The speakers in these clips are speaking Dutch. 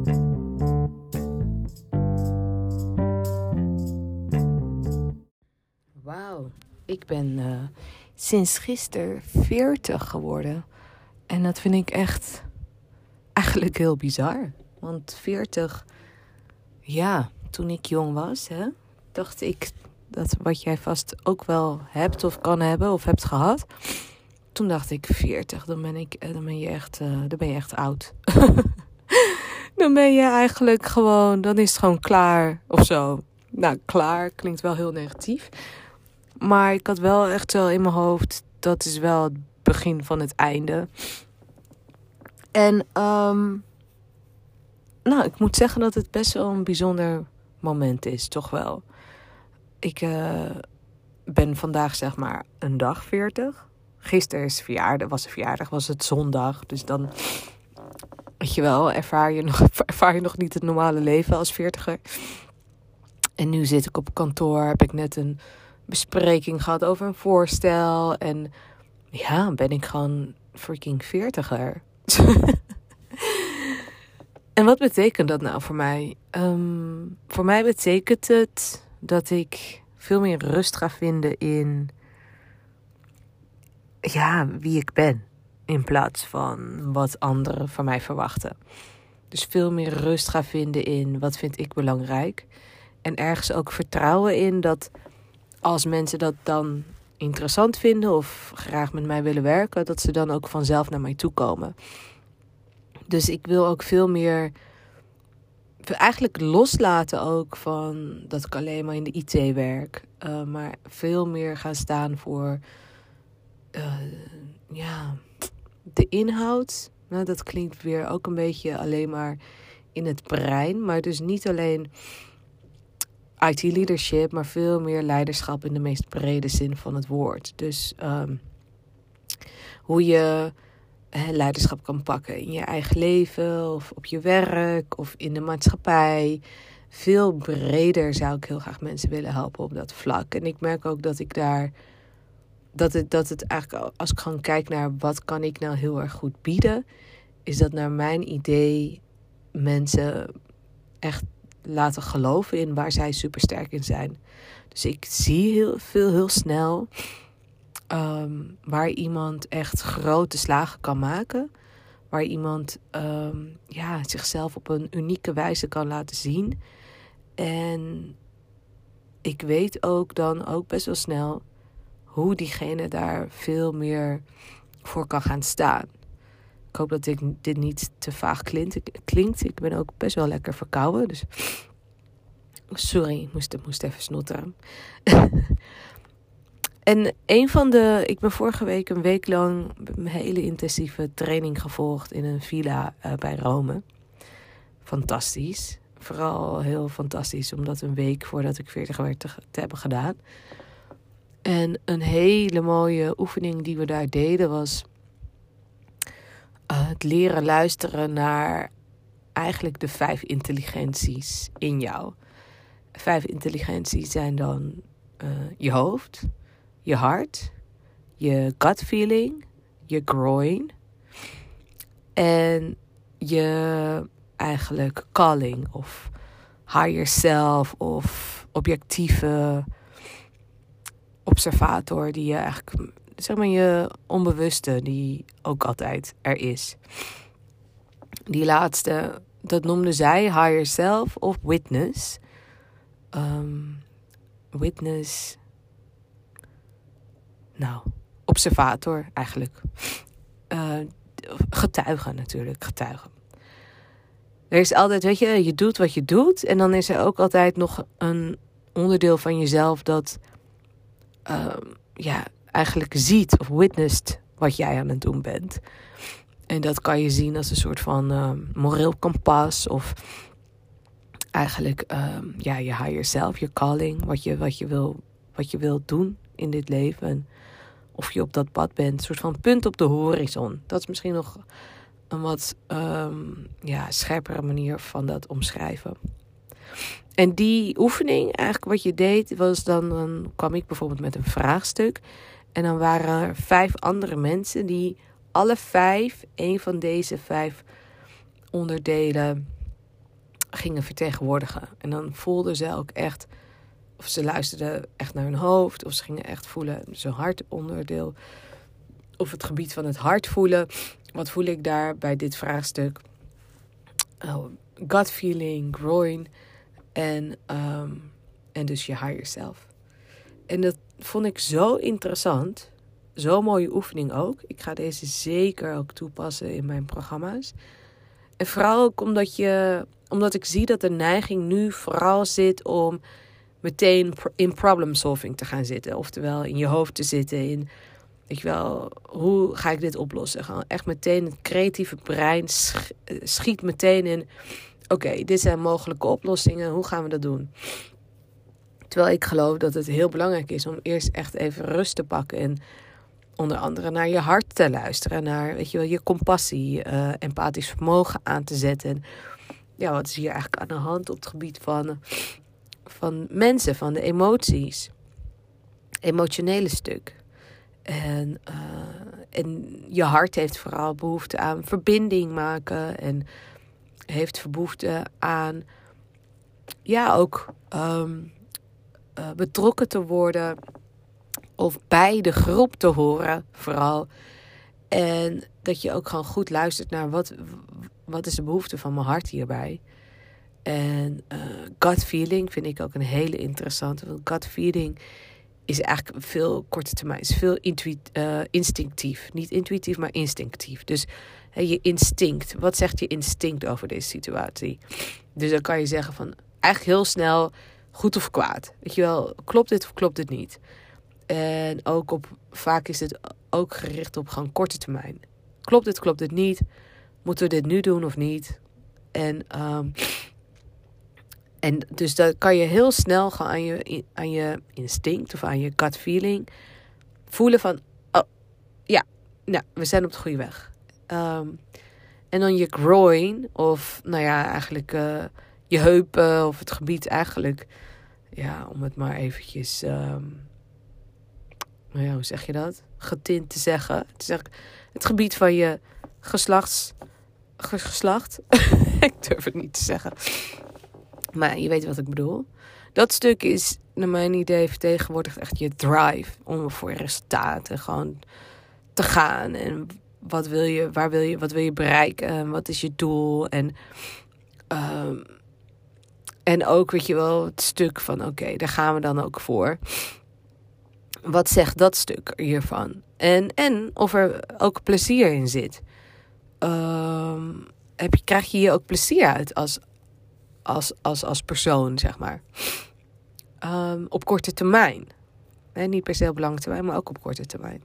Wauw, ik ben sinds gisteren 40 geworden. En dat vind ik echt eigenlijk heel bizar. Want 40, ja, toen ik jong was, dacht ik dat wat jij vast ook wel hebt of kan hebben of hebt gehad. Toen dacht ik 40, dan ben je echt oud. Dan ben je eigenlijk gewoon, dan is het gewoon klaar of zo. Nou, klaar klinkt wel heel negatief. Maar ik had wel echt wel in mijn hoofd, dat is wel het begin van het einde. En ik moet zeggen dat het best wel een bijzonder moment is, toch wel. Ik ben vandaag zeg maar een dag 40. Gisteren was de verjaardag, was het zondag. Dus dan, weet je wel, ervaar je nog niet het normale leven als 40er. En nu zit ik op kantoor, heb ik net een bespreking gehad over een voorstel. En ja, ben ik gewoon freaking 40er. En wat betekent dat nou voor mij? Voor mij betekent het dat ik veel meer rust ga vinden in wie ik ben. In plaats van wat anderen van mij verwachten. Dus veel meer rust ga vinden in wat vind ik belangrijk. En ergens ook vertrouwen in dat als mensen dat dan interessant vinden of graag met mij willen werken, dat ze dan ook vanzelf naar mij toe komen. Dus ik wil ook veel meer eigenlijk loslaten ook van dat ik alleen maar in de IT werk. Maar veel meer gaan staan voor de inhoud. Nou, dat klinkt weer ook een beetje alleen maar in het brein. Maar dus niet alleen IT-leadership, maar veel meer leiderschap in de meest brede zin van het woord. Dus hoe je leiderschap kan pakken in je eigen leven of op je werk of in de maatschappij. Veel breder zou ik heel graag mensen willen helpen op dat vlak. En ik merk ook dat ik daar, dat het eigenlijk, als ik gewoon kijk naar wat kan ik nou heel erg goed bieden, is dat naar mijn idee mensen echt laten geloven in waar zij super sterk in zijn. Dus ik zie heel snel waar iemand echt grote slagen kan maken. Waar iemand zichzelf op een unieke wijze kan laten zien. En ik weet ook dan ook best wel snel hoe diegene daar veel meer voor kan gaan staan. Ik hoop dat dit niet te vaag klinkt. Ik ben ook best wel lekker verkouden. Dus sorry, ik moest even snotteren. En ik ben vorige week een week lang een hele intensieve training gevolgd in een villa bij Rome. Fantastisch. Vooral heel fantastisch om dat een week voordat ik 40 werd te hebben gedaan. En een hele mooie oefening die we daar deden was het leren luisteren naar eigenlijk de 5 intelligenties in jou. 5 intelligenties zijn dan je hoofd, je hart, je gut feeling, je groin en je eigenlijk calling of higher self of objectieve observator die je eigenlijk, zeg maar je onbewuste die ook altijd er is. Die laatste, dat noemde zij higher self of witness. Witness, observator eigenlijk. Getuigen natuurlijk, getuigen. Er is altijd, weet je doet wat je doet. En dan is er ook altijd nog een onderdeel van jezelf dat eigenlijk ziet of witnessed wat jij aan het doen bent. En dat kan je zien als een soort van moreel kompas of eigenlijk je higher self, je calling, wat je wilt doen in dit leven. Of je op dat pad bent, een soort van punt op de horizon. Dat is misschien nog een wat scherpere manier van dat omschrijven. En die oefening, eigenlijk wat je deed, was dan kwam ik bijvoorbeeld met een vraagstuk. En dan waren er 5 andere mensen die alle 5 een van deze 5 onderdelen gingen vertegenwoordigen. En dan voelden ze ook echt, of ze luisterden echt naar hun hoofd, of ze gingen echt voelen, zo'n hartonderdeel, of het gebied van het hart voelen. Wat voel ik daar bij dit vraagstuk? Gut feeling, groin en dus je higher self. En dat vond ik zo interessant. Zo'n mooie oefening ook. Ik ga deze zeker ook toepassen in mijn programma's. En vooral ook omdat ik zie dat de neiging nu vooral zit om meteen in problem solving te gaan zitten. Oftewel in je hoofd te zitten. In, weet je wel, hoe ga ik dit oplossen? Gewoon echt meteen het creatieve brein schiet meteen in. Oké, dit zijn mogelijke oplossingen. Hoe gaan we dat doen? Terwijl ik geloof dat het heel belangrijk is om eerst echt even rust te pakken. En onder andere naar je hart te luisteren. Naar, weet je wel, je compassie, empathisch vermogen aan te zetten. En ja, wat is hier eigenlijk aan de hand op het gebied van mensen, van de emoties. Emotionele stuk. En je hart heeft vooral behoefte aan verbinding maken. En heeft behoefte aan, ja, ook betrokken te worden. Of bij de groep te horen, vooral. En dat je ook gewoon goed luistert naar wat is de behoefte van mijn hart hierbij. En gut feeling vind ik ook een hele interessante. Want gut feeling is eigenlijk veel korte termijn. Is veel instinctief. Niet intuïtief, maar instinctief. Dus je instinct. Wat zegt je instinct over deze situatie? Dus dan kan je zeggen van eigenlijk heel snel goed of kwaad. Weet je wel, klopt dit of klopt dit niet? En ook vaak is het ook gericht op gewoon korte termijn. Klopt dit niet? Moeten we dit nu doen of niet? En dus dat kan je heel snel gaan aan je instinct of aan je gut feeling voelen van, oh ja, nou, we zijn op de goede weg. En dan je groin of nou ja, eigenlijk je heupen of het gebied eigenlijk, ja, om het maar eventjes, nou ja, hoe zeg je dat? Getint te zeggen. Het is het gebied van je geslacht. Ik durf het niet te zeggen. Maar je weet wat ik bedoel. Dat stuk is, naar mijn idee, vertegenwoordigt echt je drive. Om voor je resultaten gewoon te gaan. En wat wil je bereiken? Wat is je doel? En ook, weet je wel, het stuk van oké, daar gaan we dan ook voor. Wat zegt dat stuk hiervan? En of er ook plezier in zit. Krijg je hier ook plezier uit als persoon, zeg maar. Op korte termijn. Niet per se op lange termijn, maar ook op korte termijn.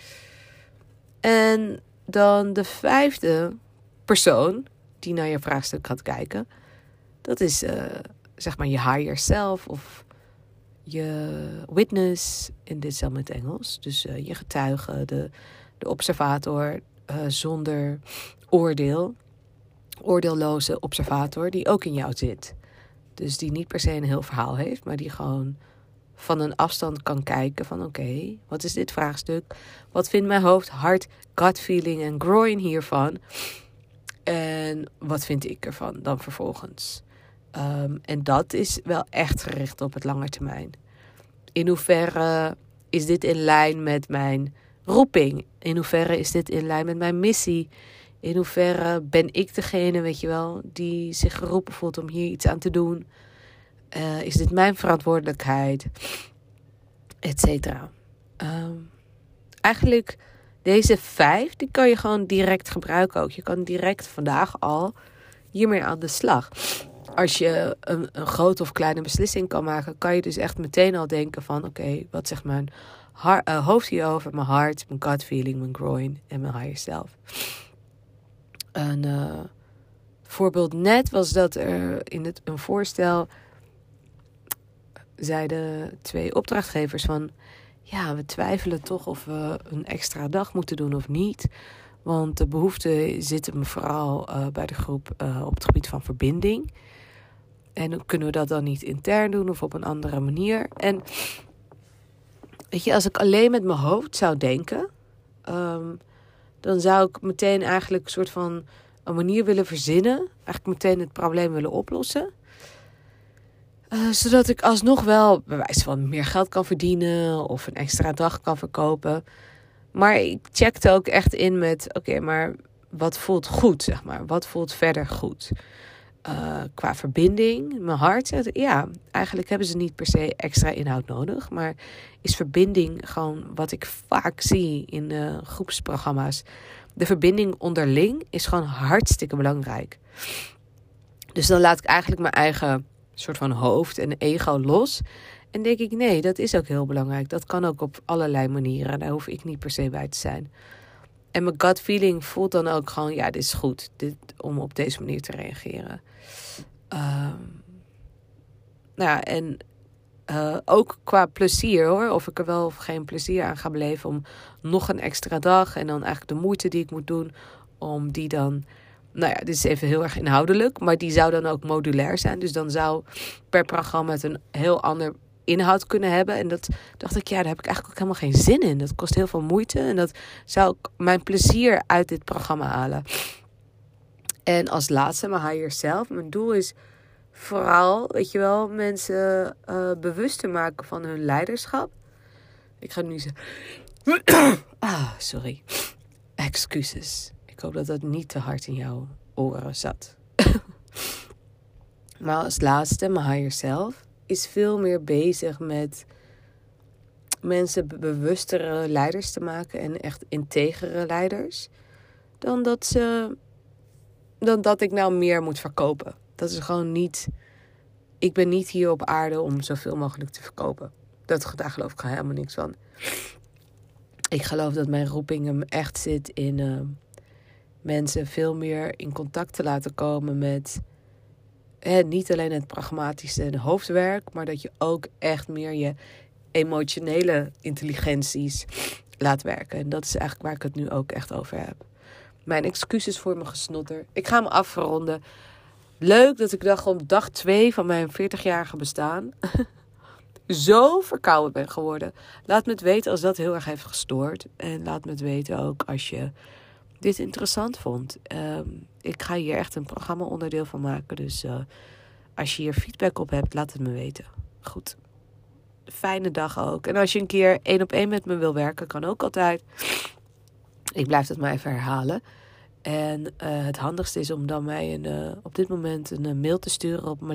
En dan de 5e persoon die naar je vraagstuk gaat kijken. Dat is zeg maar je higher self of je witness. In dit zal met Engels. Dus je getuige, de observator zonder oordeel. Oordeelloze observator die ook in jou zit. Dus die niet per se een heel verhaal heeft, maar die gewoon van een afstand kan kijken van oké, wat is dit vraagstuk? Wat vindt mijn hoofd, hart, gut feeling en groin hiervan? En wat vind ik ervan dan vervolgens? En dat is wel echt gericht op het lange termijn. In hoeverre is dit in lijn met mijn roeping? In hoeverre is dit in lijn met mijn missie? In hoeverre ben ik degene, weet je wel, die zich geroepen voelt om hier iets aan te doen? Is dit mijn verantwoordelijkheid? Etcetera. Eigenlijk deze 5, die kan je gewoon direct gebruiken ook. Je kan direct vandaag al hiermee aan de slag. Als je een grote of kleine beslissing kan maken, kan je dus echt meteen al denken van oké, wat zegt mijn hoofd hierover? Mijn hart, mijn gut feeling, mijn groin en mijn higher self. Een voorbeeld net was dat er in een voorstel zeiden 2 opdrachtgevers van ja, we twijfelen toch of we een extra dag moeten doen of niet. Want de behoefte zit hem vooral bij de groep op het gebied van verbinding. En kunnen we dat dan niet intern doen of op een andere manier? En weet je, als ik alleen met mijn hoofd zou denken, dan zou ik meteen eigenlijk een soort van een manier willen verzinnen. Eigenlijk meteen het probleem willen oplossen. Zodat ik alsnog wel bij wijze van meer geld kan verdienen of een extra dag kan verkopen. Maar ik checkte ook echt in met, oké, maar wat voelt goed, zeg maar? Wat voelt verder goed? Qua verbinding, mijn hart zegt, ja, eigenlijk hebben ze niet per se extra inhoud nodig. Maar is verbinding gewoon wat ik vaak zie in groepsprogramma's. De verbinding onderling is gewoon hartstikke belangrijk. Dus dan laat ik eigenlijk mijn eigen soort van hoofd en ego los. En denk ik, nee, dat is ook heel belangrijk. Dat kan ook op allerlei manieren. Daar hoef ik niet per se bij te zijn. En mijn gut feeling voelt dan ook gewoon, ja, dit is goed. Om op deze manier te reageren. Ook qua plezier hoor. Of ik er wel of geen plezier aan ga beleven om nog een extra dag. En dan eigenlijk de moeite die ik moet doen om die dan... dit is even heel erg inhoudelijk. Maar die zou dan ook modulair zijn. Dus dan zou per programma het een heel ander inhoud kunnen hebben. En dat dacht ik, daar heb ik eigenlijk ook helemaal geen zin in. Dat kost heel veel moeite. En dat zou ik mijn plezier uit dit programma halen. En als laatste, mijn higher self. Mijn doel is vooral, mensen bewuster maken van hun leiderschap. Ik ga nu zeggen... sorry. Excuses. Ik hoop dat dat niet te hard in jouw oren zat. Maar als laatste, mijn higher self is veel meer bezig met mensen bewustere leiders te maken. En echt integere leiders. Dan dat ik nou meer moet verkopen. Dat is gewoon niet... Ik ben niet hier op aarde om zoveel mogelijk te verkopen. Daar geloof ik helemaal niks van. Ik geloof dat mijn roeping hem echt zit in mensen veel meer in contact te laten komen met... niet alleen het pragmatische en hoofdwerk, maar dat je ook echt meer je emotionele intelligenties laat werken. En dat is eigenlijk waar ik het nu ook echt over heb. Mijn excuses voor mijn gesnotter. Ik ga hem afronden. Leuk dat ik dacht op dag 2 van mijn 40-jarige bestaan zo verkouden ben geworden. Laat me het weten als dat heel erg heeft gestoord. En laat me het weten ook als je dit interessant vond. Ik ga hier echt een programma onderdeel van maken. Dus als je hier feedback op hebt, laat het me weten. Goed. Fijne dag ook. En als je een keer 1-op-1 met me wil werken, kan ook altijd. Ik blijf het maar even herhalen. En het handigste is om dan mij op dit moment een mail te sturen op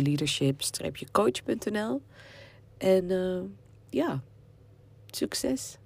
melissa@it-leadership-coach.nl. En succes!